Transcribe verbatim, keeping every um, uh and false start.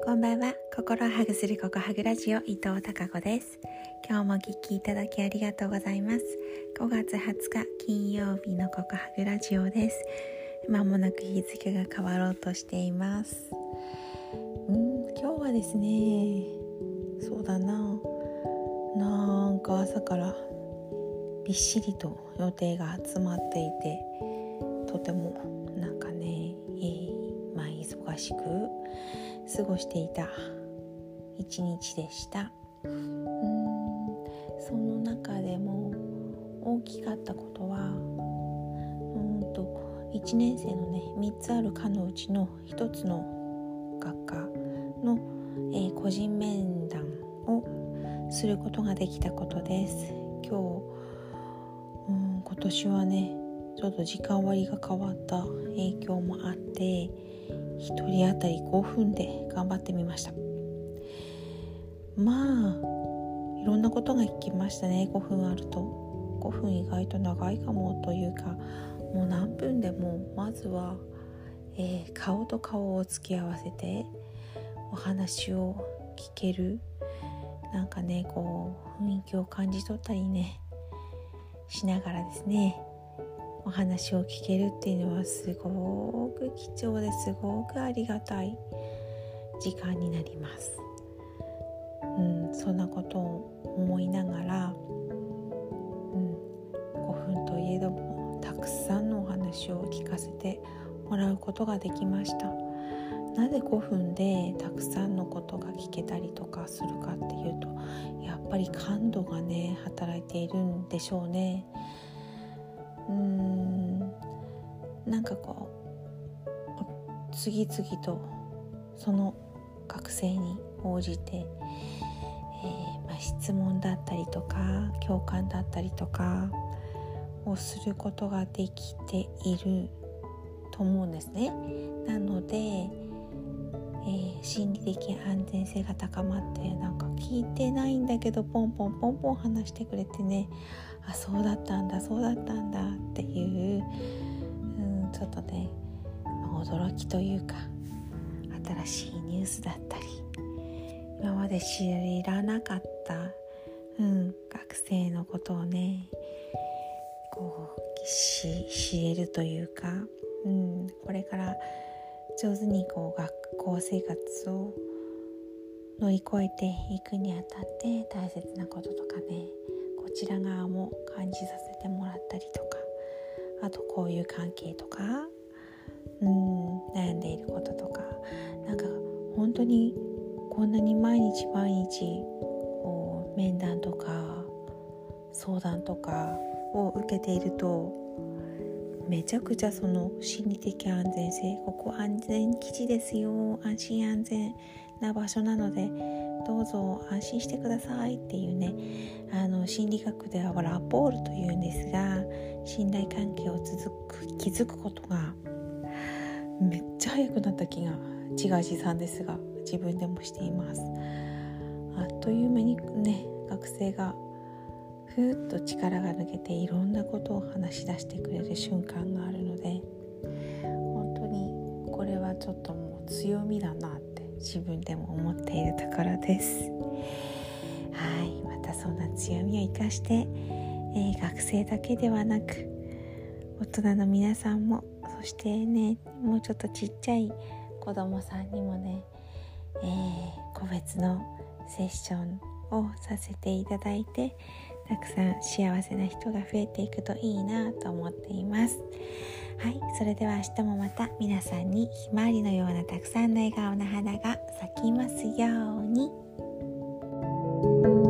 こんばんは。心をハグするココハグラジオ、伊藤孝子です。今日もお聞きいただきありがとうございます。ごがつはつか金曜日のココハグラジオです。まもなく日付が変わろうとしています。うん今日はですね、そうだななんか朝からびっしりと予定が集まっていて、とてもなんかね、えー、まあ忙しく過ごしていた一日でした。うーんその中でも大きかったことは、うんといちねん生のねみっつある科のうちのひとつの学科の、えー、個人面談をすることができたことです。今日、うん、今年はねちょっと時間割が変わった影響もあってひとり当たりごふんで頑張ってみました。まあいろんなことが聞きましたね。ごふんあるとごふん意外と長いかもというか、もう何分でもまずは、えー、顔と顔を突き合わせてお話を聞ける、なんかねこう雰囲気を感じ取ったりねしながらですねお話を聞けるっていうのはすごく貴重ですごくありがたい時間になります。うん、そんなことを思いながら、うん、ごふんといえどもたくさんのお話を聞かせてもらうことができました。なぜごふんでたくさんのことが聞けたりとかするかっていうと、やっぱり感度がね働いているんでしょうね。うーんなんかこう次々とその学生に応じて、えーまあ、質問だったりとか共感だったりとかをすることができていると思うんですね。なので、えー、心理的安全性が高まって、なんか聞いてないんだけどポンポンポンポン話してくれてね、あそうだったんだそうだったんだっていう、うん、ちょっとね驚きというか新しいニュースだったり、今まで知らなかった、うん、学生のことをねこうし知れるというか、うん、これから上手にこう学校生活を乗り越えていくにあたって大切なこととかね、こちら側も感じさせてもらったりとか、あとこういう関係とか、うん、悩んでいることとか、なんか本当にこんなに毎日毎日こう面談とか相談とかを受けていると、めちゃくちゃその心理的安全性、ここ安全基地ですよ、安心安全な場所なのでどうぞ安心してくださいっていうね、あの心理学ではラポールというんですが、信頼関係を続く築くことがめっちゃ早くなった気が自画自賛ですが自分でもしています。あっという間にね学生がふーっと力が抜けていろんなことを話し出してくれる瞬間があるので、本当にこれはちょっともう強みだなって自分でも思っているところです。はい、またそんな強みを生かして、えー、学生だけではなく大人の皆さんも、そしてねもうちょっとちっちゃい子供さんにもね、えー、個別のセッションをさせていただいて、たくさん幸せな人が増えていくといいなと思っています。はい、それでは明日もまた皆さんにひまわりのようなたくさんの笑顔の花が咲きますように。